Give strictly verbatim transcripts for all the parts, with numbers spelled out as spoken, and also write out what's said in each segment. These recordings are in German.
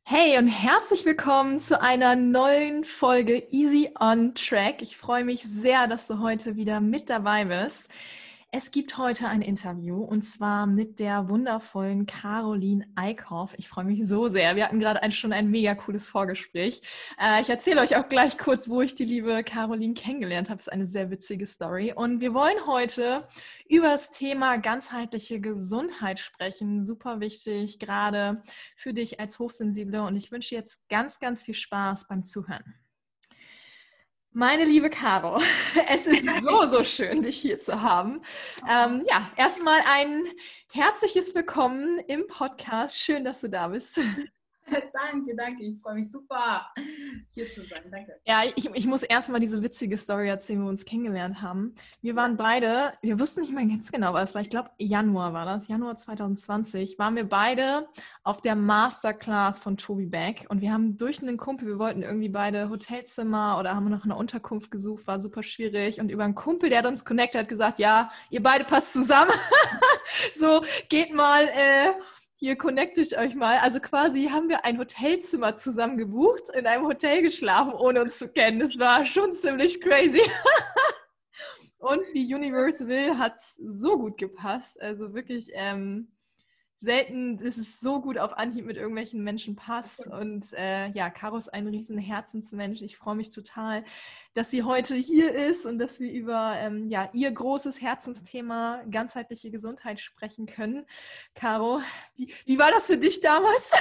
Hey und herzlich willkommen zu einer neuen Folge Easy on Track. Ich freue mich sehr, dass du heute wieder mit dabei bist. Es gibt heute ein Interview und zwar mit der wundervollen Caroline Eickhoff. Ich freue mich so sehr. Wir hatten gerade ein, schon ein mega cooles Vorgespräch. Äh, ich erzähle euch auch gleich kurz, wo ich die liebe Caroline kennengelernt habe. Das ist eine sehr witzige Story. Und wir wollen heute über das Thema ganzheitliche Gesundheit sprechen. Super wichtig, gerade für dich als Hochsensible. Und ich wünsche dir jetzt ganz, ganz viel Spaß beim Zuhören. Meine liebe Caro, es ist so, so schön, dich hier zu haben. Ähm, ja, erstmal ein herzliches Willkommen im Podcast. Schön, dass du da bist. Danke, danke. Ich freue mich super, hier zu sein. Danke. Ja, ich, ich muss erstmal diese witzige Story erzählen, wo wir uns kennengelernt haben. Wir waren beide, wir wussten nicht mehr ganz genau, was es war. Ich glaube, Januar war das, Januar zwanzig zwanzig, waren wir beide auf der Masterclass von Tobi Beck. Und wir haben durch einen Kumpel, wir wollten irgendwie beide Hotelzimmer oder haben noch eine Unterkunft gesucht, war super schwierig. Und über einen Kumpel, der hat uns connected, hat gesagt, ja, ihr beide passt zusammen. So, geht mal... Äh, Hier connecte ich euch mal. Also quasi haben wir ein Hotelzimmer zusammen gebucht, in einem Hotel geschlafen, ohne uns zu kennen. Das war schon ziemlich crazy. Und wie Universe will, hat es so gut gepasst. Also wirklich ähm, selten, dass es so gut auf Anhieb mit irgendwelchen Menschen passt. Und äh, ja, Caro ist ein riesen Herzensmensch. Ich freue mich total, dass sie heute hier ist und dass wir über ähm, ja, ihr großes Herzensthema ganzheitliche Gesundheit sprechen können. Caro, wie, wie war das für dich damals?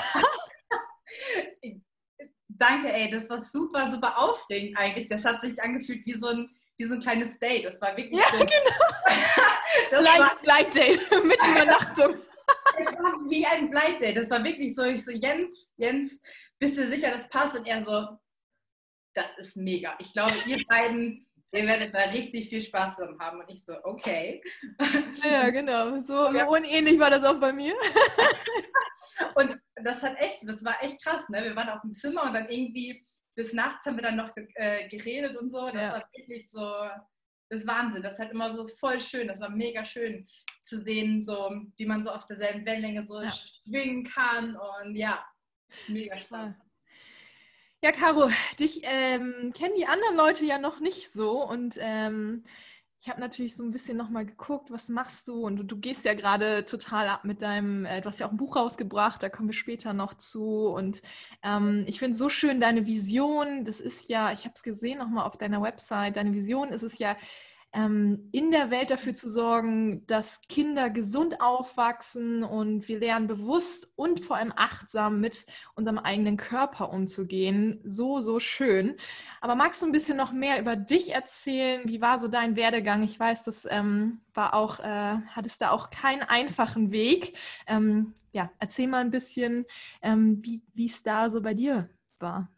Danke, ey, das war super, super aufregend eigentlich. Das hat sich angefühlt wie so ein, wie so ein kleines Date. Das war wirklich Ja, so. genau. Das Blind, war, Blind Date mit Übernachtung. es war wie ein Blind Date. Das war wirklich so, ich so, Jens, Jens, bist du sicher, das passt? Und er so, das ist mega. Ich glaube, ihr beiden, ihr werdet da richtig viel Spaß dran haben. Und ich so, okay. Ja, genau. So, so unähnlich war das auch bei mir. Und das hat echt, das war echt krass, ne? Wir waren auf dem Zimmer und dann irgendwie bis nachts haben wir dann noch äh, geredet und so. Das ja. war wirklich so, das ist Wahnsinn. Das ist halt immer so voll schön. Das war mega schön zu sehen, so wie man so auf derselben Wellenlänge so ja. schwingen kann. Und ja, mega spannend. Ja, Caro, dich ähm, kennen die anderen Leute ja noch nicht so und ähm, ich habe natürlich so ein bisschen nochmal geguckt, was machst du? Und du, du gehst ja gerade total ab mit deinem, äh, du hast ja auch ein Buch rausgebracht, da kommen wir später noch zu. Und ähm, ich finde es so schön, deine Vision, das ist ja, ich habe es gesehen nochmal auf deiner Website, deine Vision ist es ja, ähm, in der Welt dafür zu sorgen, dass Kinder gesund aufwachsen und wir lernen bewusst und vor allem achtsam mit unserem eigenen Körper umzugehen. So, so schön. Aber magst du ein bisschen noch mehr über dich erzählen? Wie war so dein Werdegang? Ich weiß, das ähm, war auch, äh, hattest da auch keinen einfachen Weg. Ähm, ja, erzähl mal ein bisschen, ähm, wie es da so bei dir war.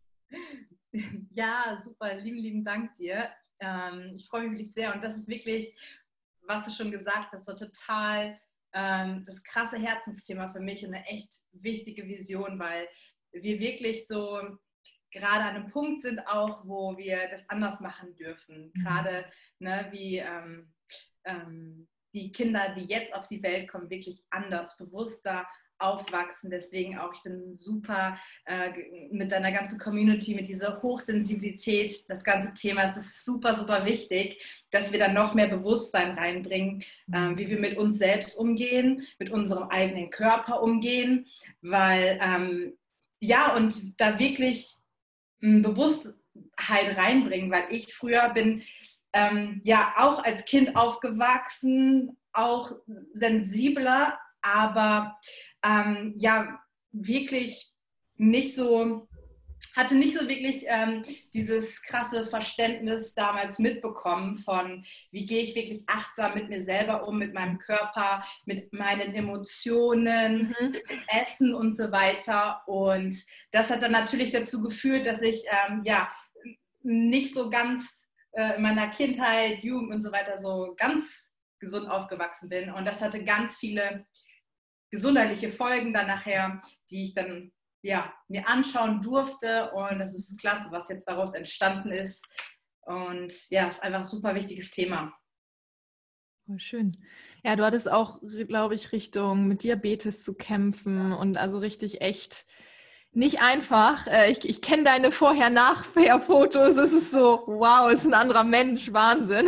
Ja, super. Lieben, lieben Dank dir. Ähm, ich freue mich wirklich sehr. Und das ist wirklich, was du schon gesagt hast, so total ähm, das krasse Herzensthema für mich und eine echt wichtige Vision, weil wir wirklich so gerade an einem Punkt sind auch, wo wir das anders machen dürfen. Gerade ne, wie ähm, ähm, die Kinder, die jetzt auf die Welt kommen, wirklich anders, bewusster aufwachsen. Deswegen auch, ich bin super äh, mit deiner ganzen Community, mit dieser Hochsensibilität, das ganze Thema. Es ist super, super wichtig, dass wir dann noch mehr Bewusstsein reinbringen, äh, wie wir mit uns selbst umgehen, mit unserem eigenen Körper umgehen, weil ähm, ja, und da wirklich ähm, Bewusstheit reinbringen, weil ich früher bin ähm, ja auch als Kind aufgewachsen, auch sensibler, aber ähm, ja, wirklich nicht so, hatte nicht so wirklich ähm, dieses krasse Verständnis damals mitbekommen von, wie gehe ich wirklich achtsam mit mir selber um, mit meinem Körper, mit meinen Emotionen, mhm. mit dem Essen und so weiter. Und das hat dann natürlich dazu geführt, dass ich ähm, ja nicht so ganz äh, in meiner Kindheit, Jugend und so weiter so ganz gesund aufgewachsen bin. Und das hatte ganz viele gesundheitliche Folgen dann nachher, die ich dann ja, mir anschauen durfte. Und das ist klasse, was jetzt daraus entstanden ist. Und ja, ist einfach ein super wichtiges Thema. Oh, schön. Ja, du hattest auch, glaube ich, Richtung mit Diabetes zu kämpfen und also richtig echt, nicht einfach. Äh, Ich, ich kenne deine Vorher-Nachher-Fotos. Es ist so, wow, ist ein anderer Mensch, Wahnsinn.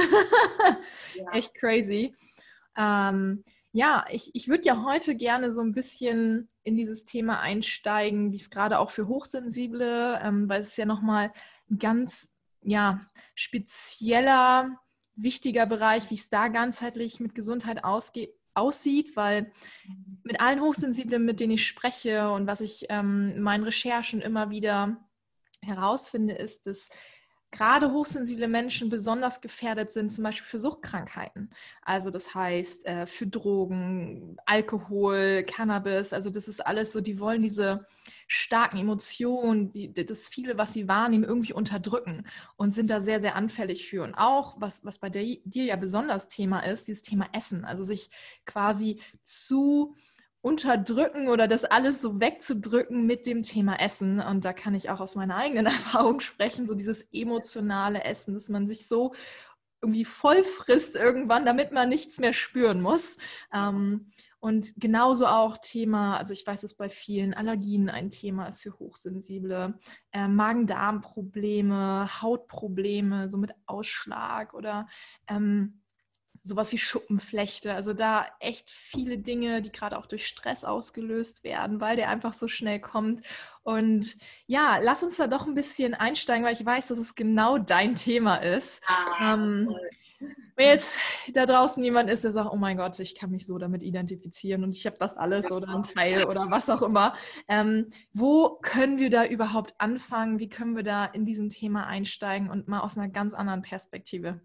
Ja. Echt crazy. Ähm, ja, ich, ich würde ja heute gerne so ein bisschen in dieses Thema einsteigen, wie es gerade auch für Hochsensible, ähm, weil es ist ja nochmal ein ganz, ja, spezieller, wichtiger Bereich, wie es da ganzheitlich mit Gesundheit ausge aussieht, weil mit allen Hochsensiblen, mit denen ich spreche und was ich ähm, in meinen Recherchen immer wieder herausfinde, ist, dass gerade hochsensible Menschen besonders gefährdet sind, zum Beispiel für Suchtkrankheiten. Also das heißt, äh, für Drogen, Alkohol, Cannabis, also das ist alles so, die wollen diese starken Emotionen, die, das viele, was sie wahrnehmen, irgendwie unterdrücken und sind da sehr, sehr anfällig für. Und auch, was, was bei dir, dir ja besonders Thema ist, dieses Thema Essen, also sich quasi zu unterdrücken oder das alles so wegzudrücken mit dem Thema Essen. Und da kann ich auch aus meiner eigenen Erfahrung sprechen, so dieses emotionale Essen, dass man sich so irgendwie voll frisst irgendwann, damit man nichts mehr spüren muss. Ähm, und genauso auch Thema, also ich weiß, dass bei vielen Allergien ein Thema ist für Hochsensible, äh, Magen-Darm-Probleme, Hautprobleme, so mit Ausschlag oder ähm, sowas wie Schuppenflechte, also da echt viele Dinge, die gerade auch durch Stress ausgelöst werden, weil der einfach so schnell kommt. Und ja, lass uns da doch ein bisschen einsteigen, weil ich weiß, dass es genau dein Thema ist. Ah, Ähm, voll. wenn jetzt da draußen jemand ist, der sagt, oh mein Gott, ich kann mich so damit identifizieren und ich habe das alles oder ein Teil oder was auch immer. Ähm, wo können wir da überhaupt anfangen? Wie können wir da in diesem Thema einsteigen und mal aus einer ganz anderen Perspektive?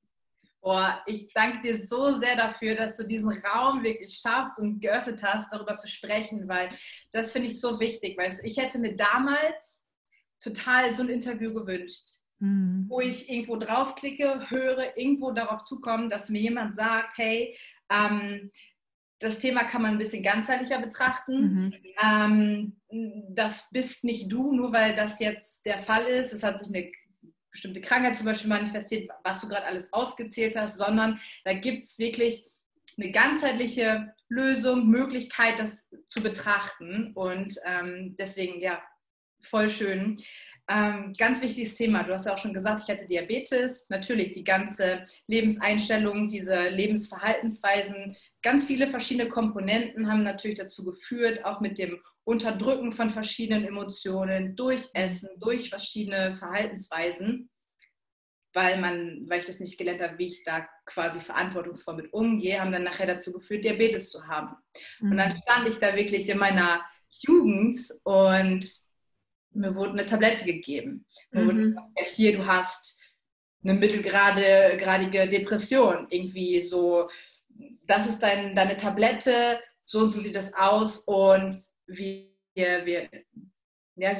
Boah, ich danke dir so sehr dafür, dass du diesen Raum wirklich schaffst und geöffnet hast, darüber zu sprechen, weil das finde ich so wichtig. Weißt du, ich hätte mir damals total so ein Interview gewünscht, Mhm. wo ich irgendwo draufklicke, höre, irgendwo darauf zukommen, dass mir jemand sagt, hey, ähm, das Thema kann man ein bisschen ganzheitlicher betrachten. Mhm. Ähm, das bist nicht du, nur weil das jetzt der Fall ist. Es hat sich eine bestimmte Krankheit zum Beispiel manifestiert, was du gerade alles aufgezählt hast, sondern da gibt es wirklich eine ganzheitliche Lösung, Möglichkeit, das zu betrachten. Und ähm, deswegen, ja, voll schön. Ähm, ganz wichtiges Thema. Du hast ja auch schon gesagt, ich hatte Diabetes. Natürlich die ganze Lebenseinstellung, diese Lebensverhaltensweisen, ganz viele verschiedene Komponenten haben natürlich dazu geführt, auch mit dem Unterdrücken von verschiedenen Emotionen durch Essen, durch verschiedene Verhaltensweisen, weil man, weil ich das nicht gelernt habe, wie ich da quasi verantwortungsvoll mit umgehe, haben dann nachher dazu geführt, Diabetes zu haben. Und dann stand ich da wirklich in meiner Jugend und mir wurde eine Tablette gegeben. Mir wurde Mhm. gesagt, ja, hier, du hast eine mittelgradige Depression. Irgendwie so, das ist dein, deine Tablette, so und so sieht das aus und wir, wir ja,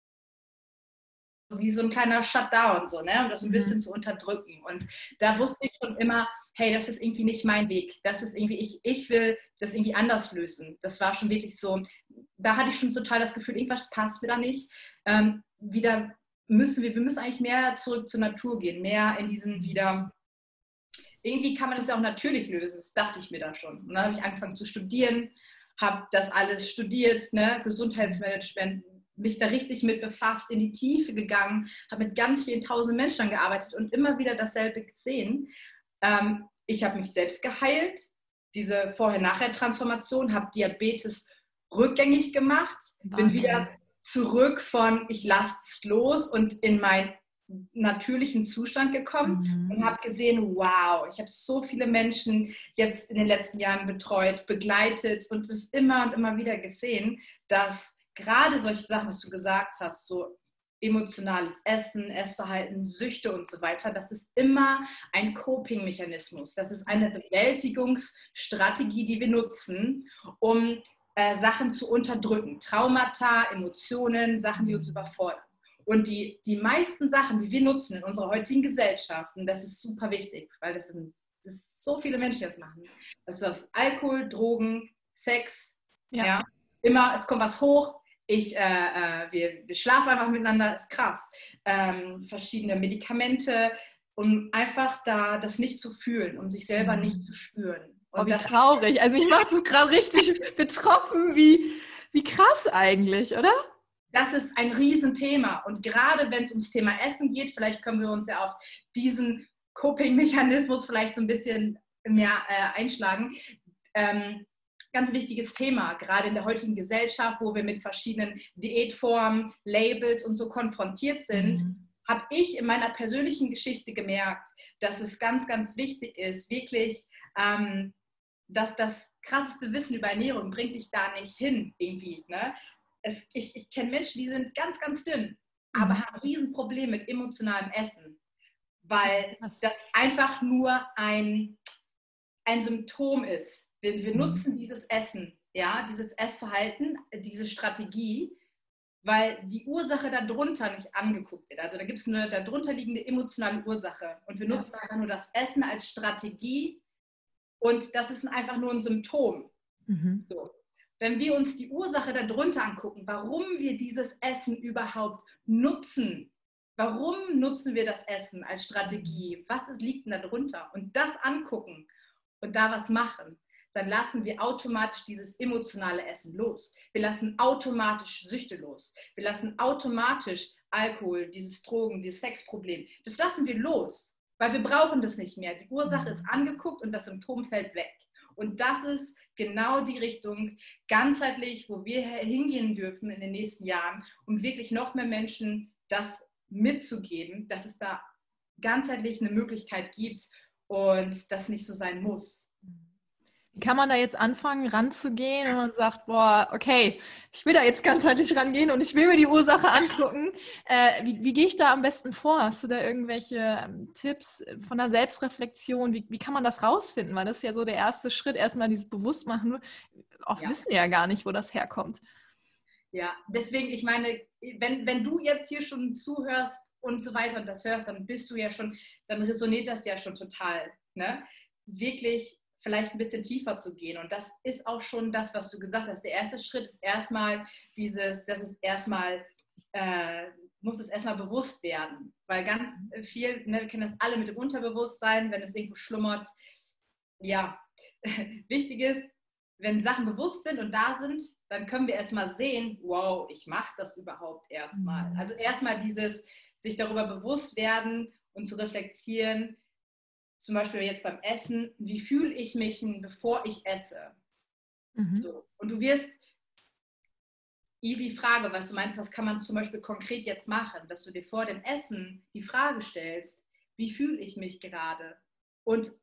wie so ein kleiner Shutdown, so, ne? Um das ein bisschen Mhm. zu unterdrücken. Und da wusste ich schon immer, hey, das ist irgendwie nicht mein Weg. Das ist irgendwie, ich, ich will das irgendwie anders lösen. Das war schon wirklich so, da hatte ich schon total das Gefühl, irgendwas passt mir da nicht. Ähm, wieder müssen wir, wir müssen eigentlich mehr zurück zur Natur gehen, mehr in diesen wieder, irgendwie kann man das ja auch natürlich lösen, das dachte ich mir da schon. Und dann habe ich angefangen zu studieren, habe das alles studiert, ne? Gesundheitsmanagement, mich da richtig mit befasst, in die Tiefe gegangen, habe mit ganz vielen tausend Menschen gearbeitet und immer wieder dasselbe gesehen. Ähm, ich habe mich selbst geheilt, diese Vorher-Nachher-Transformation, habe Diabetes rückgängig gemacht, bin Wahnsinn. wieder zurück von ich lasse es los und in meinen natürlichen Zustand gekommen Mhm. und habe gesehen, wow, ich habe so viele Menschen jetzt in den letzten Jahren betreut, begleitet und es immer und immer wieder gesehen, dass gerade solche Sachen, was du gesagt hast, so emotionales Essen, Essverhalten, Süchte und so weiter, das ist immer ein Coping-Mechanismus. Das ist eine Bewältigungsstrategie, die wir nutzen, um äh, Sachen zu unterdrücken. Traumata, Emotionen, Sachen, die uns überfordern. Und die, die meisten Sachen, die wir nutzen in unserer heutigen Gesellschaft, und das ist super wichtig, weil das sind das so viele Menschen, die das machen, das ist das Alkohol, Drogen, Sex, Ja. ja, immer, es kommt was hoch, ich, äh, äh, wir, wir schlafen einfach miteinander, ist krass. Ähm, verschiedene Medikamente, um einfach da das nicht zu fühlen, um sich selber nicht zu spüren. Oh, Und wie das, traurig. Also mich macht es gerade richtig betroffen, wie, wie krass eigentlich, oder? das ist ein Riesenthema. Und gerade wenn es ums Thema Essen geht, vielleicht können wir uns ja auf diesen Coping-Mechanismus vielleicht so ein bisschen mehr äh, einschlagen. Ähm, ganz wichtiges Thema, gerade in der heutigen Gesellschaft, wo wir mit verschiedenen Diätformen, Labels und so konfrontiert sind, mhm. habe ich in meiner persönlichen Geschichte gemerkt, dass es ganz, ganz wichtig ist, wirklich, ähm, dass das krasseste Wissen über Ernährung bringt dich da nicht hin irgendwie. Ne? Es, ich ich kenne Menschen, die sind ganz, ganz dünn, mhm. aber haben ein Riesenproblem mit emotionalem Essen, weil Was? das einfach nur ein, ein Symptom ist. Wir, wir nutzen dieses Essen, ja, dieses Essverhalten, diese Strategie, weil die Ursache darunter nicht angeguckt wird. Also da gibt es eine darunter liegende emotionale Ursache. Und wir nutzen ja. einfach nur das Essen als Strategie und das ist einfach nur ein Symptom. Mhm. So. Wenn wir uns die Ursache darunter angucken, warum wir dieses Essen überhaupt nutzen, warum nutzen wir das Essen als Strategie, was liegt denn darunter und das angucken und da was machen, dann lassen wir automatisch dieses emotionale Essen los. Wir lassen automatisch Süchte los. Wir lassen automatisch Alkohol, dieses Drogen, dieses Sexproblem. Das lassen wir los, weil wir brauchen das nicht mehr. Die Ursache ist angeguckt und das Symptom fällt weg. Und das ist genau die Richtung ganzheitlich, wo wir hingehen dürfen in den nächsten Jahren, um wirklich noch mehr Menschen das mitzugeben, dass es da ganzheitlich eine Möglichkeit gibt und das nicht so sein muss. Wie kann man da jetzt anfangen, ranzugehen und man sagt, boah, okay, ich will da jetzt ganzheitlich rangehen und ich will mir die Ursache angucken. Äh, wie, wie gehe ich da am besten vor? Hast du da irgendwelche ähm, Tipps von der Selbstreflexion? Wie, wie kann man das rausfinden? Weil das ist ja so der erste Schritt, erstmal dieses Bewusstmachen. Oft ja. wissen wir ja gar nicht, wo das herkommt. Ja, deswegen, ich meine, wenn, wenn du jetzt hier schon zuhörst und so weiter und das hörst, dann bist du ja schon, dann resoniert das ja schon total, ne? Wirklich vielleicht ein bisschen tiefer zu gehen. Und das ist auch schon das, was du gesagt hast. Der erste Schritt ist erstmal dieses, das ist erstmal, äh, muss es erstmal bewusst werden. Weil ganz viel, ne, wir kennen das alle mit dem Unterbewusstsein, wenn es irgendwo schlummert. Ja, wichtig ist, wenn Sachen bewusst sind und da sind, dann können wir erstmal sehen, wow, ich mache das überhaupt erstmal. Mhm. Also erstmal dieses, sich darüber bewusst werden und zu reflektieren, zum Beispiel jetzt beim Essen, wie fühle ich mich, bevor ich esse? Mhm. So. Und du wirst, easy Frage, was du meinst, was kann man zum Beispiel konkret jetzt machen, dass du dir vor dem Essen die Frage stellst, wie fühle ich mich gerade? Und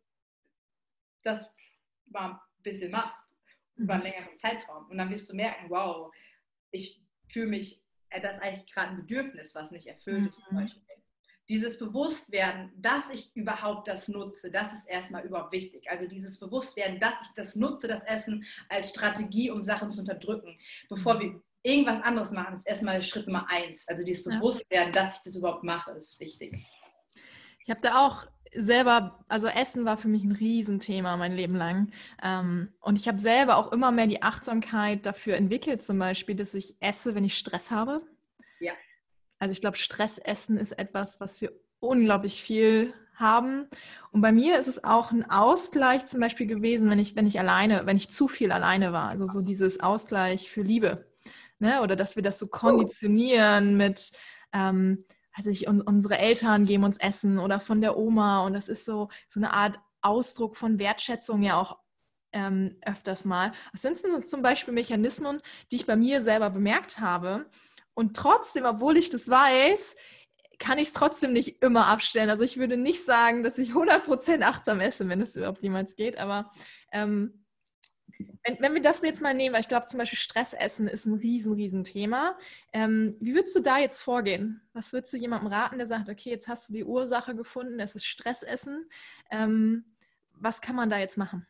das mal ein bisschen machst, mhm. über einen längeren Zeitraum. Und dann wirst du merken, wow, ich fühle mich, das ist eigentlich gerade ein Bedürfnis, was nicht erfüllt ist, mhm. zum Beispiel. Dieses Bewusstwerden, dass ich überhaupt das nutze, das ist erstmal überhaupt wichtig. Also dieses Bewusstwerden, dass ich das nutze, das Essen als Strategie, um Sachen zu unterdrücken. Bevor wir irgendwas anderes machen, ist erstmal Schritt Nummer eins. Also dieses Bewusstwerden, dass ich das überhaupt mache, ist wichtig. Ich habe da auch selber, also Essen war für mich ein Riesenthema mein Leben lang. Ähm, und ich habe selber auch immer mehr die Achtsamkeit dafür entwickelt, zum Beispiel, dass ich esse, wenn ich Stress habe. Ja. Also ich glaube, Stressessen ist etwas, was wir unglaublich viel haben. Und bei mir ist es auch ein Ausgleich zum Beispiel gewesen, wenn ich, wenn ich alleine, wenn ich zu viel alleine war. Also so dieses Ausgleich für Liebe. Ne? Oder dass wir das so konditionieren mit, ähm, also ich, und unsere Eltern geben uns Essen oder von der Oma. Und das ist so, so eine Art Ausdruck von Wertschätzung ja auch ähm, öfters mal. Das sind so zum Beispiel Mechanismen, die ich bei mir selber bemerkt habe. Und trotzdem, obwohl ich das weiß, kann ich es trotzdem nicht immer abstellen. Also ich würde nicht sagen, dass ich hundert Prozent achtsam esse, wenn es überhaupt jemals geht. Aber ähm, wenn, wenn wir das jetzt mal nehmen, weil ich glaube zum Beispiel Stressessen ist ein riesen, riesen Thema. Ähm, wie würdest du da jetzt vorgehen? Was würdest du jemandem raten, der sagt, okay, jetzt hast du die Ursache gefunden, es ist Stressessen. Ähm, was kann man da jetzt machen?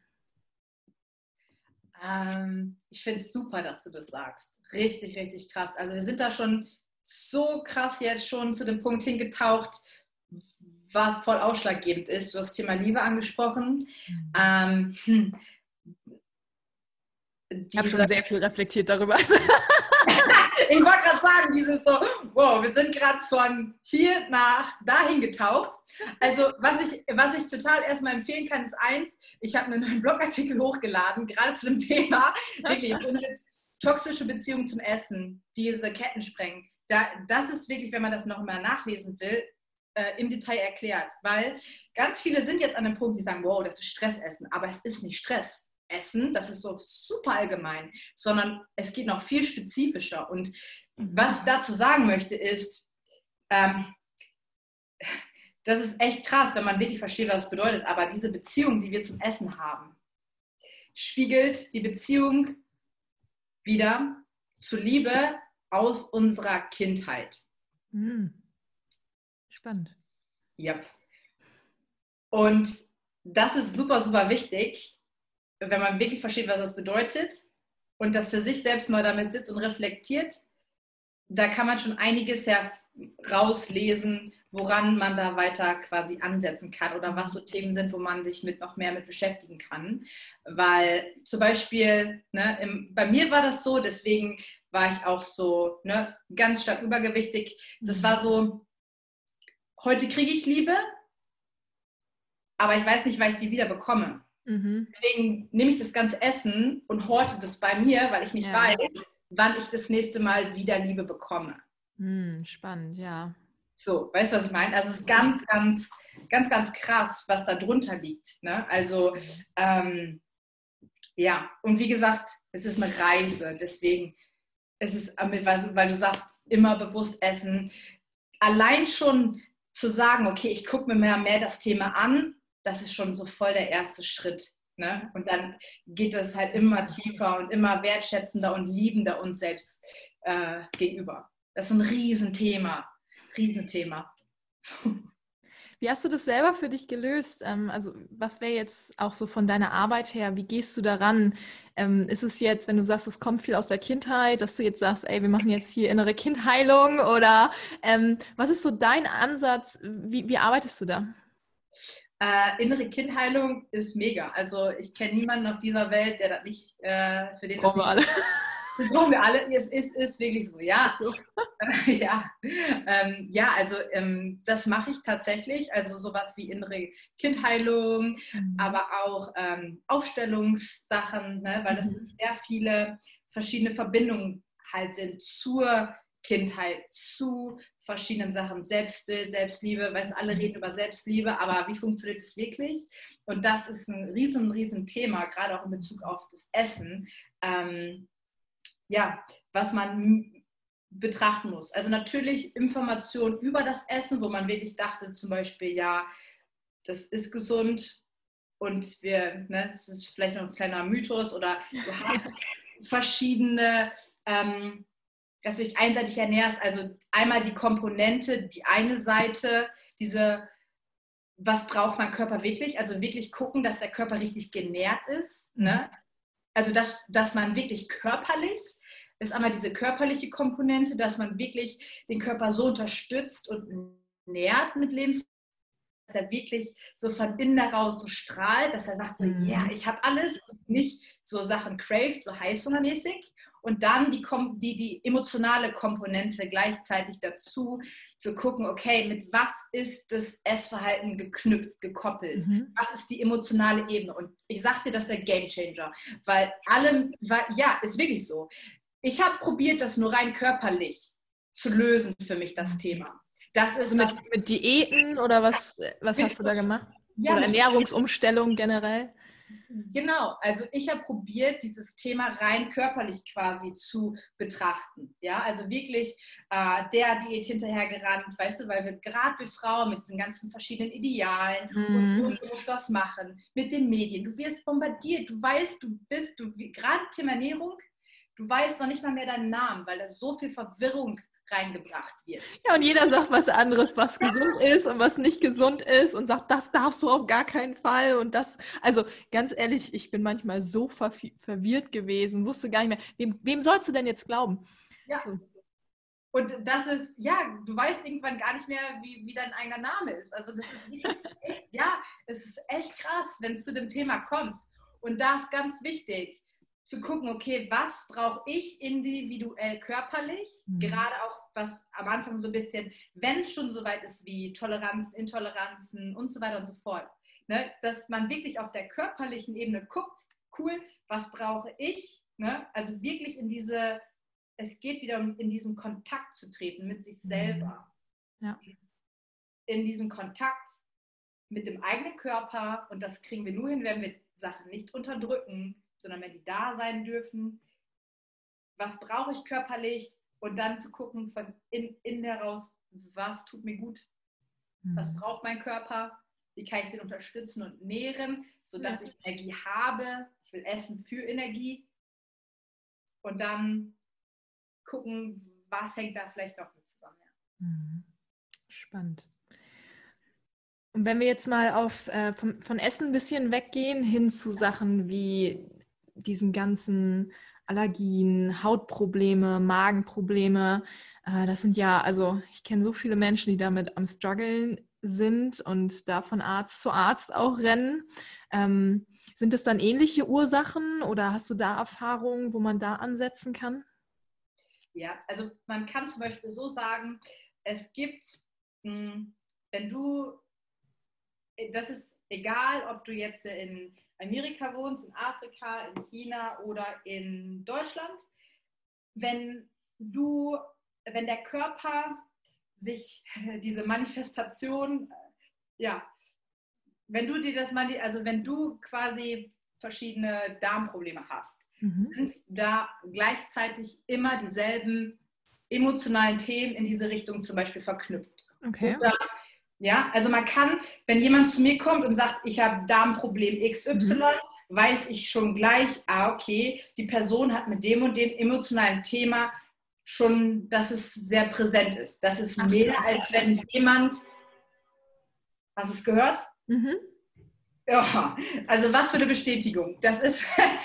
Ähm, ich finde es super, dass du das sagst. Richtig, richtig krass. Also wir sind da schon so krass jetzt schon zu dem Punkt hingetaucht, was voll ausschlaggebend ist. Du hast das Thema Liebe angesprochen. Mhm. Ähm, hm. Ich habe schon sehr viel reflektiert darüber. Ich wollte gerade sagen, dieses so, wow, wir sind gerade von hier nach dahin getaucht. Also was ich, was ich total erstmal empfehlen kann, ist eins, ich habe einen neuen Blogartikel hochgeladen, gerade zu dem Thema, wirklich, und jetzt toxische Beziehung zum Essen, diese Ketten sprengen, da, das ist wirklich, wenn man das noch mal nachlesen will, äh, im Detail erklärt. Weil ganz viele sind jetzt an dem Punkt, die sagen, wow, das ist Stressessen. Aber es ist nicht Stressessen, das ist so super allgemein, sondern es geht noch viel spezifischer. Und was ich dazu sagen möchte, ist, ähm, das ist echt krass, wenn man wirklich versteht, was es bedeutet. Aber diese Beziehung, die wir zum Essen haben, spiegelt die Beziehung wieder zur Liebe aus unserer Kindheit. Hm. Spannend. Ja. Und das ist super, super wichtig, wenn man wirklich versteht, was das bedeutet und das für sich selbst mal damit sitzt und reflektiert. Da kann man schon einiges herauslesen, woran man da weiter quasi ansetzen kann oder was so Themen sind, wo man sich mit noch mehr mit beschäftigen kann. Weil zum Beispiel, ne, im, bei mir war das so, deswegen war ich auch so ne, ganz stark übergewichtig. Das war so, heute kriege ich Liebe, aber ich weiß nicht, wann ich die wieder bekomme. Mhm. Deswegen nehme ich das ganze Essen und horte das bei mir, weil ich nicht ja. weiß, wann ich das nächste Mal wieder Liebe bekomme. Mhm, spannend, ja. So, weißt du, was ich meine? Also es ist ganz, ganz, ganz, ganz krass, was da drunter liegt. Ne? Also, ähm, ja, und wie gesagt, es ist eine Reise, deswegen es ist, weil du sagst, immer bewusst essen. Allein schon zu sagen, okay, ich gucke mir mehr, mehr das Thema an, das ist schon so voll der erste Schritt. Ne? Und dann geht es halt immer tiefer und immer wertschätzender und liebender uns selbst äh, gegenüber. Das ist ein Riesenthema. Riesenthema. Wie hast du das selber für dich gelöst? Also was wäre jetzt auch so von deiner Arbeit her, wie gehst du daran? Ist es jetzt, wenn du sagst, es kommt viel aus der Kindheit, dass du jetzt sagst, ey, wir machen jetzt hier innere Kindheilung oder ähm, was ist so dein Ansatz? Wie, wie arbeitest du da? Äh, innere Kindheilung ist mega. Also ich kenne niemanden auf dieser Welt, der das nicht, äh, für den das nicht... alle. Das brauchen wir alle. Es ist, ist wirklich so, ja. So. ja. Ähm, ja, also ähm, das mache ich tatsächlich. Also sowas wie innere Kindheilung, mhm. aber auch ähm, Aufstellungssachen, ne? Weil das mhm. ist sehr viele verschiedene Verbindungen halt sind zur Kindheit, zu verschiedenen Sachen. Selbstbild, Selbstliebe, weißt du, alle reden über Selbstliebe, aber wie funktioniert das wirklich? Und das ist ein riesen, riesen Thema, gerade auch in Bezug auf das Essen. Ähm, ja, was man betrachten muss. Also natürlich Informationen über das Essen, wo man wirklich dachte, zum Beispiel, ja, das ist gesund und wir, ne, das ist vielleicht noch ein kleiner Mythos oder du hast verschiedene, ähm, dass du dich einseitig ernährst, also einmal die Komponente, die eine Seite, diese, was braucht mein Körper wirklich, also wirklich gucken, dass der Körper richtig genährt ist, mhm. ne? Also dass, dass man wirklich körperlich, ist einmal diese körperliche Komponente, dass man wirklich den Körper so unterstützt und nährt mit Lebensmitteln, dass er wirklich so von innen heraus so strahlt, dass er sagt so, ja, mhm. yeah, ich habe alles und nicht so Sachen craved, so heißhungermäßig. Und dann die, die, die emotionale Komponente gleichzeitig dazu, zu gucken, okay, mit was ist das Essverhalten geknüpft, gekoppelt? Mhm. Was ist die emotionale Ebene? Und ich sage dir, das ist der Gamechanger, weil alle, weil, ja, ist wirklich so. Ich habe probiert, das nur rein körperlich zu lösen für mich, das Thema. Das ist also mit, mit Diäten oder was, was mit, hast du da gemacht? Ja, oder Ernährungsumstellung generell? Genau, also ich habe probiert, dieses Thema rein körperlich quasi zu betrachten. Ja, also wirklich äh, der Diät hinterhergerannt, weißt du, weil wir gerade wir Frauen mit diesen ganzen verschiedenen Idealen mm. und, und du musst das machen, mit den Medien. Du wirst bombardiert, du weißt, du bist, du gerade Thema Ernährung, du weißt noch nicht mal mehr deinen Namen, weil da so viel Verwirrung reingebracht wird. Ja, und jeder sagt was anderes, was ja. gesund ist und was nicht gesund ist und sagt, das darfst du auf gar keinen Fall und das, also ganz ehrlich, ich bin manchmal so ver- verwirrt gewesen, wusste gar nicht mehr, wem, wem sollst du denn jetzt glauben? Ja. Und das ist, ja, du weißt irgendwann gar nicht mehr, wie, wie dein eigener Name ist. Also das ist wirklich echt, ja, es ist echt krass, wenn es zu dem Thema kommt. Und da ist ganz wichtig, zu gucken, okay, was brauche ich individuell körperlich, mhm. gerade auch was am Anfang so ein bisschen, wenn es schon so weit ist wie Toleranzen, Intoleranzen und so weiter und so fort, ne, dass man wirklich auf der körperlichen Ebene guckt, cool, was brauche ich Ne? Also wirklich in diese, es geht wieder um in diesen Kontakt zu treten mit sich selber. Ja. In diesen Kontakt mit dem eigenen Körper, und das kriegen wir nur hin, wenn wir Sachen nicht unterdrücken, sondern wenn die da sein dürfen. Was brauche ich körperlich? Und dann zu gucken von in, in heraus, was tut mir gut? Mhm. Was braucht mein Körper? Wie kann ich den unterstützen und nähren, sodass ja. ich Energie habe? Ich will essen für Energie. Und dann gucken, was hängt da vielleicht noch mit zusammen. Ja. Mhm. Spannend. Und wenn wir jetzt mal auf, äh, von, von Essen ein bisschen weggehen, hin zu Sachen wie diesen ganzen Allergien, Hautprobleme, Magenprobleme, äh, das sind ja, also ich kenne so viele Menschen, die damit am struggeln sind und da von Arzt zu Arzt auch rennen. Ähm, sind das dann ähnliche Ursachen oder hast du da Erfahrungen, wo man da ansetzen kann? Ja, also man kann zum Beispiel so sagen, es gibt, mh, wenn du das ist egal, ob du jetzt in Amerika wohnst, in Afrika, in China oder in Deutschland. Wenn du, wenn der Körper sich diese Manifestation, ja, wenn du dir das mal, also wenn du quasi verschiedene Darmprobleme hast, mhm. sind da gleichzeitig immer dieselben emotionalen Themen in diese Richtung zum Beispiel verknüpft. Okay. Oder, ja, also man kann, wenn jemand zu mir kommt und sagt, ich habe Darmproblem X Y, mhm. weiß ich schon gleich, ah, okay, die Person hat mit dem und dem emotionalen Thema schon, dass es sehr präsent ist. Das ist mehr, Ach, als wenn jemand, hast du es gehört? Mhm. Ja, also was für eine Bestätigung. Das ist,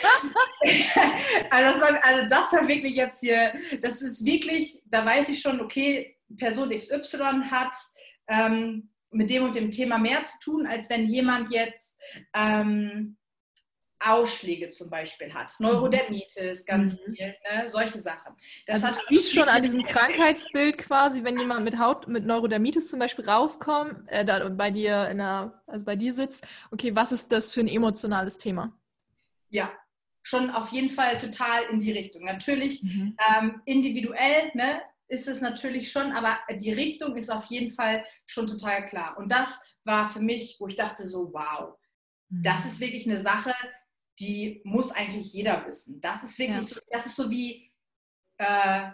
also, das war, also das war wirklich jetzt hier, das ist wirklich, da weiß ich schon, okay, Person X Y hat ähm, mit dem und dem Thema mehr zu tun, als wenn jemand jetzt ähm, Ausschläge zum Beispiel hat. Neurodermitis, ganz mhm. viel, ne? Solche Sachen. Das also hat du siehst schon an diesem Krankheitsbild quasi, wenn jemand mit Haut, mit Neurodermitis zum Beispiel rauskommt, äh, da bei dir in der, also bei dir sitzt, okay, was ist das für ein emotionales Thema? Ja, schon auf jeden Fall total in die Richtung. Natürlich mhm. ähm, individuell, ne, ist es natürlich schon, aber die Richtung ist auf jeden Fall schon total klar. Und das war für mich, wo ich dachte so, wow, mhm. das ist wirklich eine Sache, die muss eigentlich jeder wissen. Das ist wirklich ja. so, das ist so wie, äh,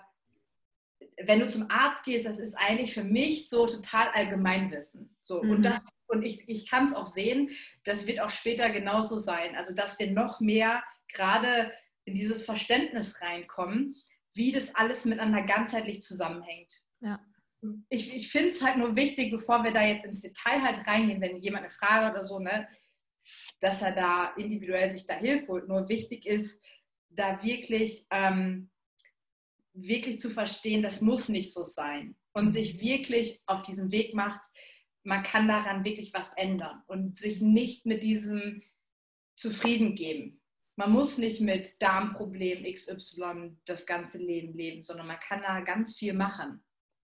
wenn du zum Arzt gehst, das ist eigentlich für mich so total Allgemeinwissen. So, mhm. Und, das, und ich, ich kann es auch sehen, das wird auch später genauso sein. Also, dass wir noch mehr gerade in dieses Verständnis reinkommen, wie das alles miteinander ganzheitlich zusammenhängt. Ja. Ich, ich finde es halt nur wichtig, bevor wir da jetzt ins Detail halt reingehen, wenn jemand eine Frage oder so, ne, dass er da individuell sich da Hilfe holt. Nur wichtig ist, da wirklich, ähm, wirklich zu verstehen, das muss nicht so sein. Und sich wirklich auf diesen Weg macht, man kann daran wirklich was ändern und sich nicht mit diesem zufrieden geben. Man muss nicht mit Darmproblem X Y das ganze Leben leben, sondern man kann da ganz viel machen.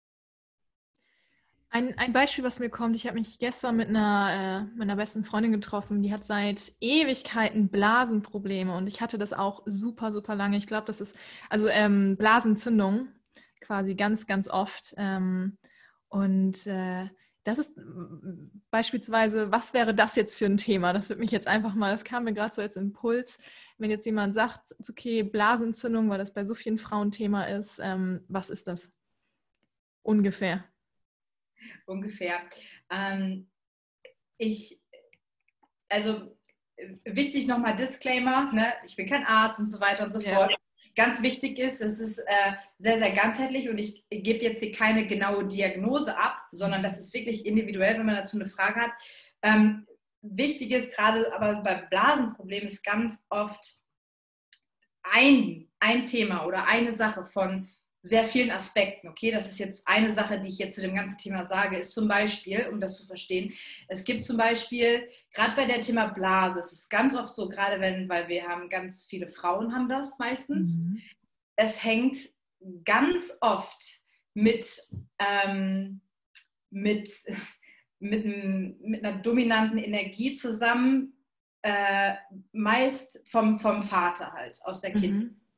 Ein, ein Beispiel, was mir kommt, ich habe mich gestern mit einer äh, meiner besten Freundin getroffen, die hat seit Ewigkeiten Blasenprobleme und ich hatte das auch super, super lange. Ich glaube, das ist, also ähm, Blasentzündung quasi ganz, ganz oft. Ähm, und äh, das ist beispielsweise, was wäre das jetzt für ein Thema? Das wird mich jetzt einfach mal, das kam mir gerade so als Impuls, wenn jetzt jemand sagt, okay, Blasentzündung, weil das bei so vielen Frauen Thema ist, ähm, was ist das ungefähr? Ungefähr. Ähm, ich, also wichtig nochmal Disclaimer, ne? Ich bin kein Arzt und so weiter und so ja. fort. Ganz wichtig ist, es ist äh, sehr, sehr ganzheitlich und ich gebe jetzt hier keine genaue Diagnose ab, sondern das ist wirklich individuell, wenn man dazu eine Frage hat. Ähm, wichtig ist gerade aber bei Blasenproblemen ist ganz oft ein, ein Thema oder eine Sache von sehr vielen Aspekten, okay, das ist jetzt eine Sache, die ich jetzt zu dem ganzen Thema sage, ist zum Beispiel, um das zu verstehen, es gibt zum Beispiel, gerade bei der Thema Blase, es ist ganz oft so, gerade wenn, weil wir haben ganz viele Frauen haben das meistens, mhm. es hängt ganz oft mit, ähm, mit, mit, mit einer dominanten Energie zusammen, äh, meist vom, vom Vater halt, aus der Kindheit. Mhm.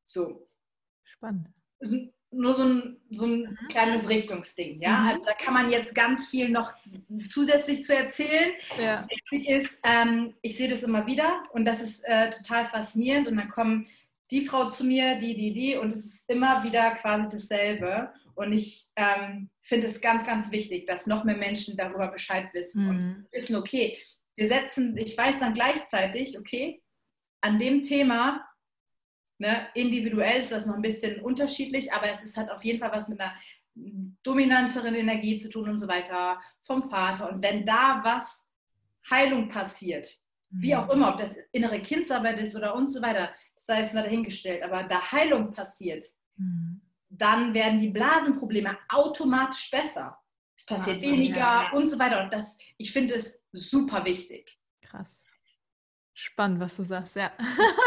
So. Spannend. Nur so ein, so ein mhm. kleines Richtungsding, ja. Mhm. Also da kann man jetzt ganz viel noch zusätzlich zu erzählen. Ja. Wichtig ist, ähm, ich sehe das immer wieder und das ist äh, total faszinierend und dann kommen die Frau zu mir, die, die, die und es ist immer wieder quasi dasselbe und ich ähm, finde es ganz, ganz wichtig, dass noch mehr Menschen darüber Bescheid wissen mhm. und wissen, okay, wir setzen, ich weiß dann gleichzeitig, okay, an dem Thema. Ne, individuell ist das noch ein bisschen unterschiedlich, aber es ist, hat auf jeden Fall was mit einer dominanteren Energie zu tun und so weiter vom Vater. Und wenn da was Heilung passiert, mhm. wie auch immer, ob das innere Kindsarbeit ist oder und so weiter, das sei jetzt mal dahingestellt, aber da Heilung passiert, mhm. dann werden die Blasenprobleme automatisch besser. Es passiert ja, weniger ja. und so weiter. Und das, ich finde es super wichtig. Krass. Spannend, was du sagst, ja.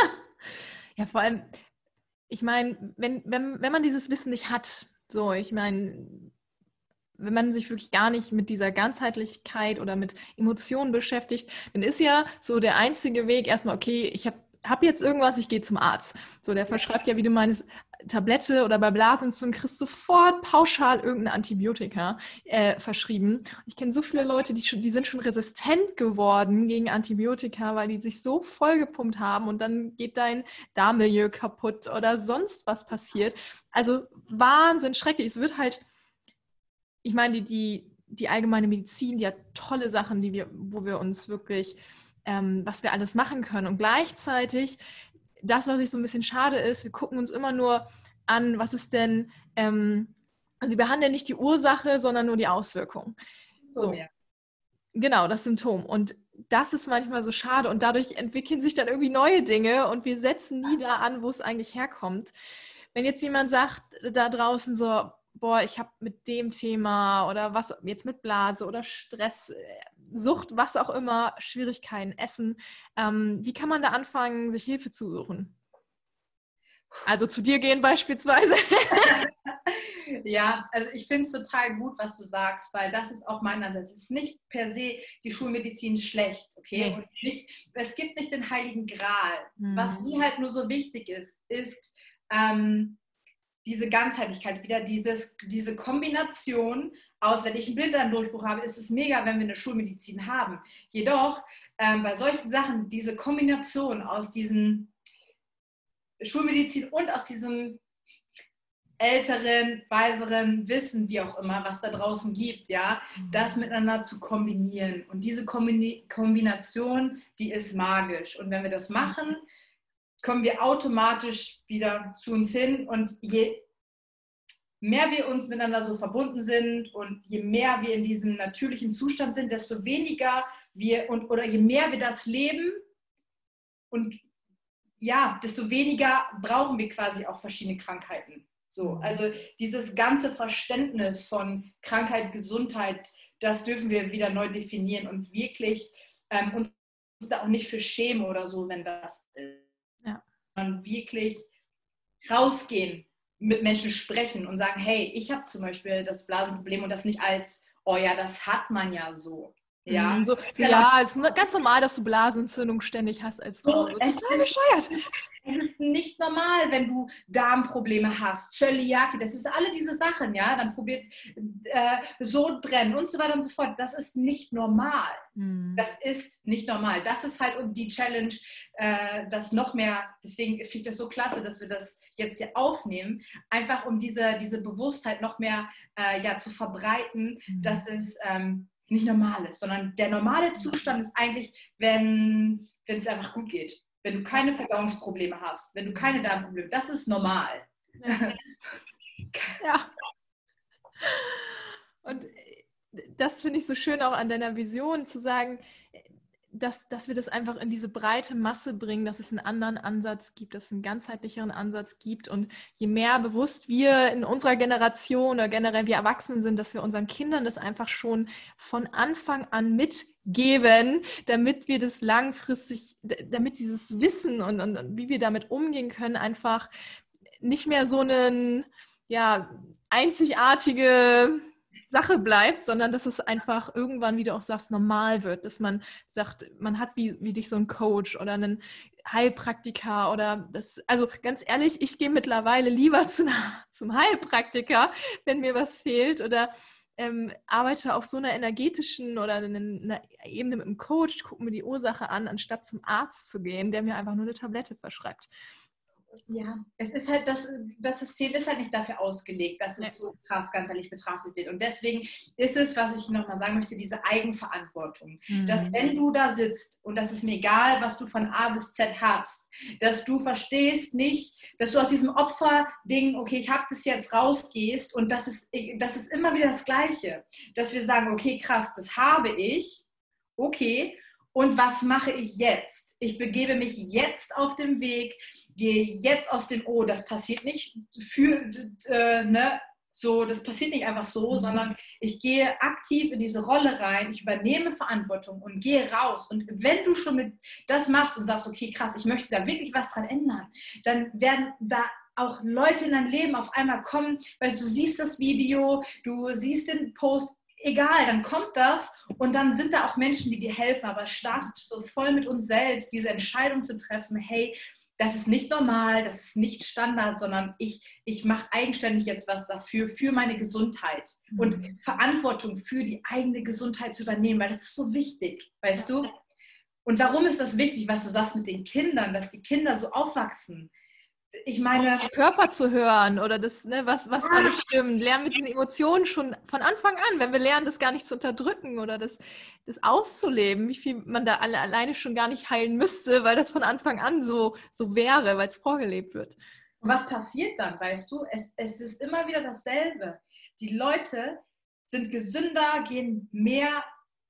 Ja, vor allem, ich meine, wenn, wenn, wenn man dieses Wissen nicht hat, so, ich meine, wenn man sich wirklich gar nicht mit dieser Ganzheitlichkeit oder mit Emotionen beschäftigt, dann ist ja so der einzige Weg erstmal, okay, ich habe hab jetzt irgendwas, ich gehe zum Arzt. So, der verschreibt ja, wie du meinst, Tablette oder bei Blasenentzündung kriegst du sofort pauschal irgendeine Antibiotika äh, verschrieben. Ich kenne so viele Leute, die, schon, die sind schon resistent geworden gegen Antibiotika, weil die sich so vollgepumpt haben und dann geht dein Darmmilieu kaputt oder sonst was passiert. Also Wahnsinn, schrecklich. Es wird halt, ich meine, die, die, die allgemeine Medizin, die hat tolle Sachen, die wir, wo wir uns wirklich, ähm, was wir alles machen können. Und gleichzeitig das, was ich so ein bisschen schade ist, wir gucken uns immer nur an, was ist denn, ähm, also wir behandeln nicht die Ursache, sondern nur die Auswirkung. So. Ja. Genau, das Symptom. Und das ist manchmal so schade und dadurch entwickeln sich dann irgendwie neue Dinge und wir setzen nie da an, wo es eigentlich herkommt. Wenn jetzt jemand sagt da draußen so, boah, ich habe mit dem Thema oder was jetzt mit Blase oder Stress, Sucht, was auch immer, Schwierigkeiten, Essen. Ähm, wie kann man da anfangen, sich Hilfe zu suchen? Also zu dir gehen beispielsweise. Ja, also ich finde es total gut, was du sagst, weil das ist auch mein Ansatz. Es ist nicht per se die Schulmedizin schlecht, okay? Nee. Und nicht, es gibt nicht den heiligen Gral. Mhm. Was mir halt nur so wichtig ist, ist ähm, diese Ganzheitlichkeit, wieder dieses, diese Kombination aus, wenn ich einen Blinddarmdurchbruch habe, ist es mega, wenn wir eine Schulmedizin haben. Jedoch ähm, bei solchen Sachen, diese Kombination aus diesem Schulmedizin und aus diesem älteren, weiseren Wissen, wie auch immer, was da draußen gibt, ja, das miteinander zu kombinieren. Und diese Kombin- Kombination, die ist magisch. Und wenn wir das machen, kommen wir automatisch wieder zu uns hin und je mehr wir uns miteinander so verbunden sind und je mehr wir in diesem natürlichen Zustand sind, desto weniger wir und oder je mehr wir das leben und ja, desto weniger brauchen wir quasi auch verschiedene Krankheiten. So, also dieses ganze Verständnis von Krankheit, Gesundheit, das dürfen wir wieder neu definieren und wirklich ähm, uns da auch nicht für schämen oder so, wenn das ist. Ja. Sondern wirklich rausgehen, mit Menschen sprechen und sagen, hey, ich habe zum Beispiel das Blasenproblem und das nicht als, oh ja, das hat man ja so. Ja, mhm, so, so, ja, es ist ganz normal, dass du Blasenentzündung ständig hast als Frau. So, es, ist, es ist nicht normal, wenn du Darmprobleme hast, Zöliakie, das ist alle diese Sachen, ja, dann probiert äh, Sodbrennen und so weiter und so fort. Das ist nicht normal. Mhm. Das ist nicht normal. Das ist halt die Challenge, äh, das noch mehr, deswegen finde ich das so klasse, dass wir das jetzt hier aufnehmen, einfach um diese, diese Bewusstheit noch mehr äh, ja, zu verbreiten, mhm. dass es ähm, nicht normal ist, sondern der normale Zustand ist eigentlich, wenn, wenn es einfach gut geht. Wenn du keine Verdauungsprobleme hast, wenn du keine Darmprobleme, das ist normal. Ja. Ja. Und das finde ich so schön auch an deiner Vision, zu sagen, dass, dass wir das einfach in diese breite Masse bringen, dass es einen anderen Ansatz gibt, dass es einen ganzheitlicheren Ansatz gibt. Und je mehr bewusst wir in unserer Generation oder generell wir Erwachsenen sind, dass wir unseren Kindern das einfach schon von Anfang an mitgeben, damit wir das langfristig, damit dieses Wissen und, und, und wie wir damit umgehen können, einfach nicht mehr so eine ja, einzigartige Sache bleibt, sondern dass es einfach irgendwann, wie du auch sagst, normal wird, dass man sagt, man hat wie, wie dich so einen Coach oder einen Heilpraktiker oder das, also ganz ehrlich, ich gehe mittlerweile lieber zu, zum Heilpraktiker, wenn mir was fehlt oder ähm, arbeite auf so einer energetischen oder einer, einer Ebene mit einem Coach, gucke mir die Ursache an, anstatt zum Arzt zu gehen, der mir einfach nur eine Tablette verschreibt. Ja, es ist halt, das, das System ist halt nicht dafür ausgelegt, dass es Ja. so krass ganzheitlich betrachtet wird. Und deswegen ist es, was ich nochmal sagen möchte, diese Eigenverantwortung. Mhm. Dass wenn du da sitzt und das ist mir egal, was du von A bis Z hast, dass du verstehst nicht, dass du aus diesem Opferding, okay, ich habe das jetzt rausgehst und das ist, das ist immer wieder das Gleiche. Dass wir sagen, okay, krass, das habe ich, okay, und was mache ich jetzt? Ich begebe mich jetzt auf den Weg, gehe jetzt aus dem, oh, das passiert nicht für, äh, ne, so, das passiert nicht einfach so, mhm. sondern ich gehe aktiv in diese Rolle rein, ich übernehme Verantwortung und gehe raus. Und wenn du schon mit das machst und sagst, okay, krass, ich möchte da wirklich was dran ändern, dann werden da auch Leute in dein Leben auf einmal kommen, weil du siehst das Video, du siehst den Post, egal, dann kommt das und dann sind da auch Menschen, die dir helfen, aber es startet so voll mit uns selbst, diese Entscheidung zu treffen, hey, das ist nicht normal, das ist nicht Standard, sondern ich, ich mache eigenständig jetzt was dafür, für meine Gesundheit mhm. und Verantwortung für die eigene Gesundheit zu übernehmen, weil das ist so wichtig, weißt du? Und warum ist das wichtig, was du sagst mit den Kindern, dass die Kinder so aufwachsen? Ich meine, den Körper zu hören oder das, ne, was, was da nicht stimmt. Lernen wir diese Emotionen schon von Anfang an, wenn wir lernen, das gar nicht zu unterdrücken oder das, das auszuleben, wie viel man da alle, alleine schon gar nicht heilen müsste, weil das von Anfang an so, so wäre, weil es vorgelebt wird. Und was passiert dann, weißt du? Es, es ist immer wieder dasselbe. Die Leute sind gesünder, gehen mehr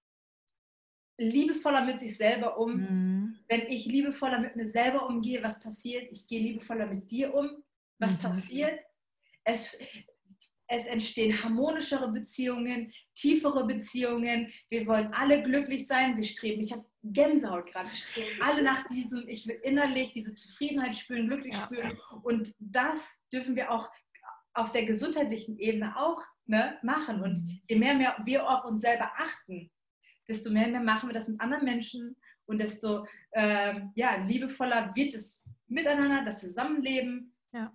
liebevoller mit sich selber um. Mhm. Wenn ich liebevoller mit mir selber umgehe, was passiert? Ich gehe liebevoller mit dir um. Was mhm. passiert? Es, es entstehen harmonischere Beziehungen, tiefere Beziehungen. Wir wollen alle glücklich sein. Wir streben, ich habe Gänsehaut gerade, wir streben alle nach diesem, ich will innerlich diese Zufriedenheit spüren, glücklich ja. spüren. Und das dürfen wir auch auf der gesundheitlichen Ebene auch ne, machen. Und je mehr, mehr wir auf uns selber achten, desto mehr, mehr machen wir das mit anderen Menschen und desto äh, ja, liebevoller wird es miteinander, das Zusammenleben. Ja.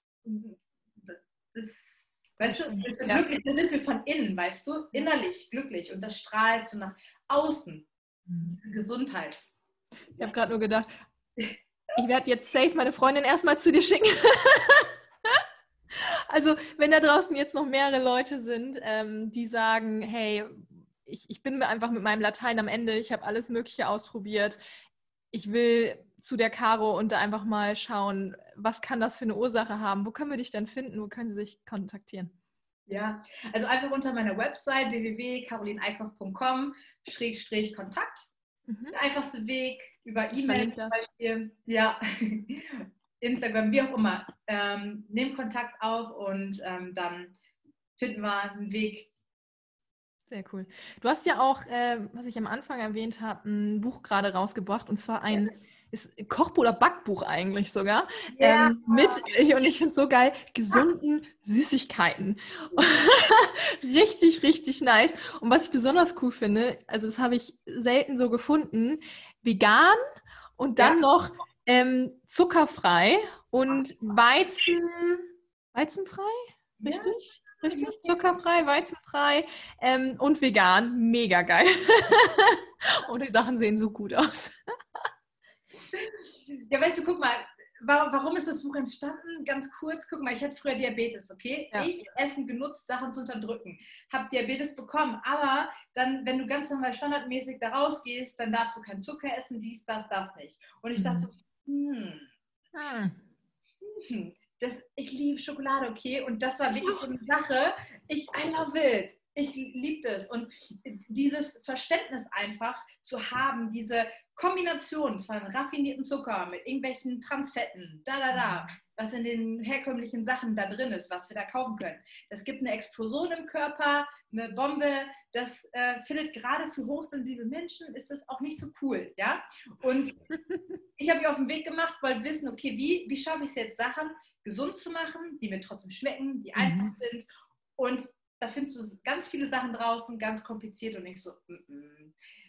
Das, weißt du, das ja. glücklich, da sind wir von innen, weißt du, innerlich glücklich und das strahlt so nach außen. Mhm. Gesundheit. Ich habe gerade nur gedacht, ich werde jetzt safe meine Freundin erstmal zu dir schicken. Also, wenn da draußen jetzt noch mehrere Leute sind, ähm, die sagen, hey, Ich, ich bin einfach mit meinem Latein am Ende. Ich habe alles Mögliche ausprobiert. Ich will zu der Caro und da einfach mal schauen, was kann das für eine Ursache haben? Wo können wir dich denn finden? Wo können sie sich kontaktieren? Ja, also einfach unter meiner Website w w w punkt caroline eickhoff punkt com Schrägstrich Kontakt. Mhm. Das ist der einfachste Weg über E-Mail zum Beispiel. Ja, Instagram, wie auch immer. Ähm, nehmt Kontakt auf und ähm, dann finden wir einen Weg. Sehr cool. Du hast ja auch, äh, was ich am Anfang erwähnt habe, ein Buch gerade rausgebracht und zwar ein ist Kochbuch oder Backbuch eigentlich sogar ja. ähm, mit, und ich finde es so geil, gesunden Süßigkeiten. Richtig, richtig nice. Und was ich besonders cool finde, also das habe ich selten so gefunden, vegan und dann ja. noch ähm, zuckerfrei und Weizen, weizenfrei? Richtig? Ja. Richtig, zuckerfrei, weizenfrei ähm, und vegan. Mega geil. Und die Sachen sehen so gut aus. Ja, weißt du, guck mal, warum ist das Buch entstanden? Ganz kurz, guck mal, ich hatte früher Diabetes, okay? Ja. Ich Essen genutzt, Sachen zu unterdrücken. Habe Diabetes bekommen, aber dann, wenn du ganz normal standardmäßig da rausgehst, dann darfst du kein Zucker essen, dies, das, das nicht. Und ich dachte so, hm, hm. hm. Das, ich liebe Schokolade, okay? Und das war wirklich so eine Sache. Ich, I love it. Ich liebe das. Und dieses Verständnis einfach zu haben, diese Kombination von raffinierten Zucker mit irgendwelchen Transfetten, da, da, da, was in den herkömmlichen Sachen da drin ist, was wir da kaufen können. Das gibt eine Explosion im Körper, eine Bombe. Das äh, findet gerade für hochsensible Menschen, ist das auch nicht so cool, ja? Und ich habe mich auf den Weg gemacht, wollte wissen, okay, wie, wie schaffe ich es jetzt, Sachen gesund zu machen, die mir trotzdem schmecken, die einfach mhm. sind. Und da findest du ganz viele Sachen draußen, ganz kompliziert und nicht so, mm -mm.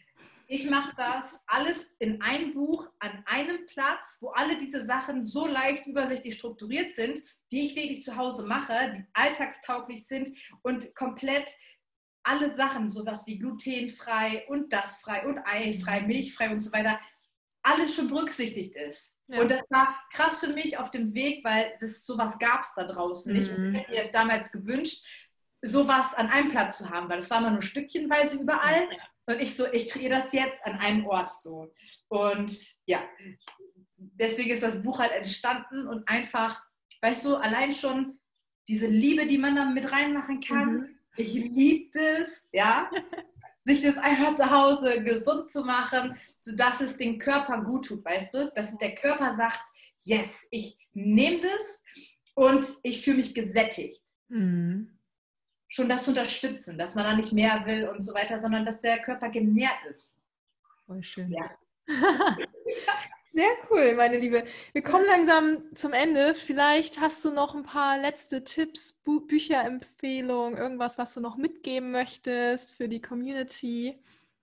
Ich mache das alles in einem Buch, an einem Platz, wo alle diese Sachen so leicht übersichtlich strukturiert sind, die ich wirklich zu Hause mache, die alltagstauglich sind und komplett alle Sachen, sowas wie glutenfrei und das frei und eifrei, milchfrei und so weiter, alles schon berücksichtigt ist. Ja. Und das war krass für mich auf dem Weg, weil es sowas gab es da draußen nicht. Und ich hätte mir es damals gewünscht, sowas an einem Platz zu haben, weil es war immer nur stückchenweise überall. Und ich so, ich kreiere das jetzt an einem Ort so. Und ja, deswegen ist das Buch halt entstanden und einfach, weißt du, allein schon diese Liebe, die man da mit reinmachen kann. Mhm. Ich liebe es, ja, sich das einfach zu Hause gesund zu machen, sodass es den Körper gut tut, weißt du? Dass der Körper sagt, yes, ich nehme das und ich fühle mich gesättigt. Mhm. Schon das zu unterstützen, dass man da nicht mehr will und so weiter, sondern dass der Körper genährt ist. Voll schön. Ja. Sehr cool, meine Liebe. Wir kommen langsam zum Ende. Vielleicht hast du noch ein paar letzte Tipps, Bü- Bücherempfehlungen, irgendwas, was du noch mitgeben möchtest für die Community?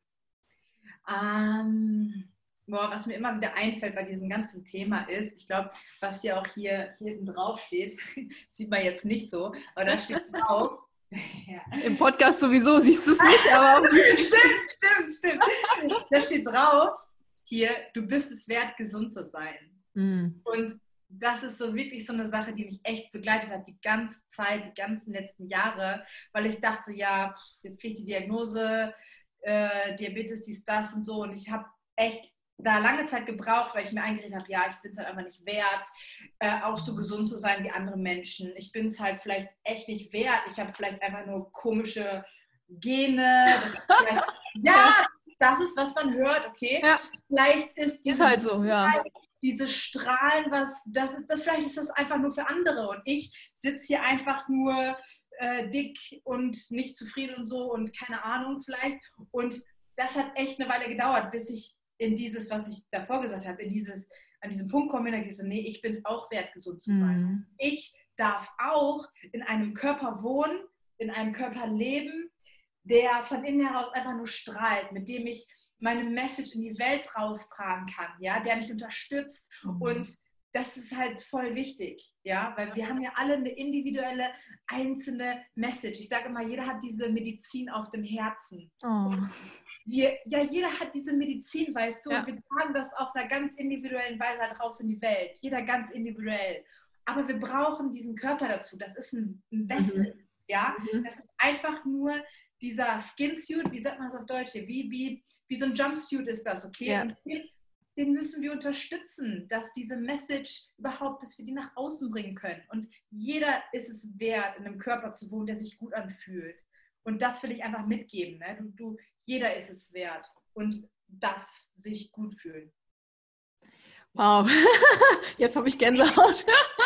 Ähm, boah, was mir immer wieder einfällt bei diesem ganzen Thema ist, ich glaube, was ja auch hier, hier hinten drauf steht, sieht man jetzt nicht so, aber da steht drauf, ja. Im Podcast sowieso siehst du es nicht, aber auch stimmt, stimmt, stimmt. Da steht drauf, hier, du bist es wert, gesund zu sein. Mm. Und das ist so wirklich so eine Sache, die mich echt begleitet hat, die ganze Zeit, die ganzen letzten Jahre, weil ich dachte, ja, jetzt kriege ich die Diagnose, äh, Diabetes, dies, das und so. Und ich habe echt da lange Zeit gebraucht, weil ich mir eingeredet habe, ja, ich bin es halt einfach nicht wert, äh, auch so gesund zu sein wie andere Menschen. Ich bin es halt vielleicht echt nicht wert. Ich habe vielleicht einfach nur komische Gene. Das ja, das ist, was man hört, okay. Ja. Vielleicht ist diese, ist halt so, ja. diese Strahlen, was das ist, das, vielleicht ist das einfach nur für andere. Und ich sitze hier einfach nur äh, dick und nicht zufrieden und so und keine Ahnung vielleicht. Und das hat echt eine Weile gedauert, bis ich in dieses, was ich davor gesagt habe, in dieses, an diesen Punkt komme, da gesagt, nee, ich bin es auch wert, gesund zu sein. Mhm. Ich darf auch in einem Körper wohnen, in einem Körper leben, der von innen heraus einfach nur strahlt, mit dem ich meine Message in die Welt raustragen kann, ja, der mich unterstützt. Mhm. Und das ist halt voll wichtig, ja, weil wir haben ja alle eine individuelle, einzelne Message. Ich sage immer, jeder hat diese Medizin auf dem Herzen. Oh. Wir, ja, jeder hat diese Medizin, weißt du, ja. Und wir tragen das auf einer ganz individuellen Weise halt raus in die Welt. Jeder ganz individuell. Aber wir brauchen diesen Körper dazu. Das ist ein, ein Wessel, mhm. ja. Mhm. Das ist einfach nur dieser Skinsuit, wie sagt man das auf Deutsch? Wie, wie, wie so ein Jumpsuit ist das, okay? Ja. Und den, den müssen wir unterstützen, dass diese Message überhaupt, dass wir die nach außen bringen können. Und jeder ist es wert, in einem Körper zu wohnen, der sich gut anfühlt. Und das will ich einfach mitgeben. Ne? Du, du, jeder ist es wert und darf sich gut fühlen. Wow, jetzt habe ich Gänsehaut.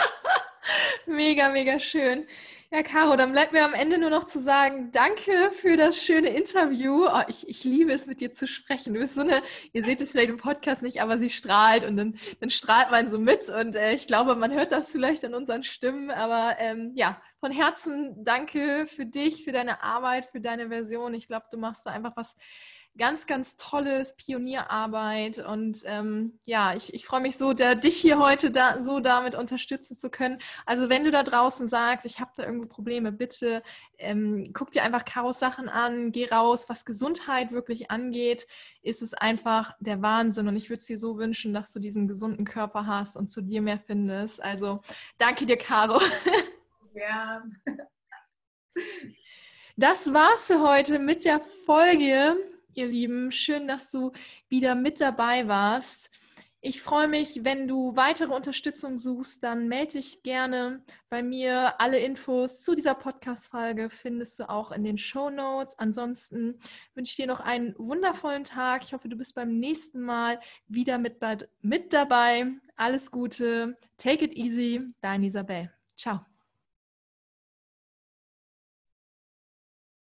Mega, mega schön. Ja, Caro, dann bleibt mir am Ende nur noch zu sagen, danke für das schöne Interview. Oh, ich, ich liebe es, mit dir zu sprechen. Du bist so eine, ihr seht es vielleicht im Podcast nicht, aber sie strahlt und dann, dann strahlt man so mit und äh, ich glaube, man hört das vielleicht an unseren Stimmen, aber ähm, ja, von Herzen danke für dich, für deine Arbeit, für deine Version. Ich glaube, du machst da einfach was ganz, ganz tolles, Pionierarbeit und ähm, ja, ich, ich freue mich so, da, dich hier heute da, so damit unterstützen zu können. Also wenn du da draußen sagst, ich habe da irgendwo Probleme, bitte ähm, guck dir einfach Caros Sachen an, geh raus, was Gesundheit wirklich angeht, ist es einfach der Wahnsinn und ich würde es dir so wünschen, dass du diesen gesunden Körper hast und zu dir mehr findest. Also danke dir, Caro. Ja. Das war's für heute mit der Folge. Ihr Lieben, schön, dass du wieder mit dabei warst. Ich freue mich, wenn du weitere Unterstützung suchst, dann melde dich gerne bei mir. Alle Infos zu dieser Podcast-Folge findest du auch in den Shownotes. Ansonsten wünsche ich dir noch einen wundervollen Tag. Ich hoffe, du bist beim nächsten Mal wieder mit, mit dabei. Alles Gute, take it easy, deine Isabel. Ciao.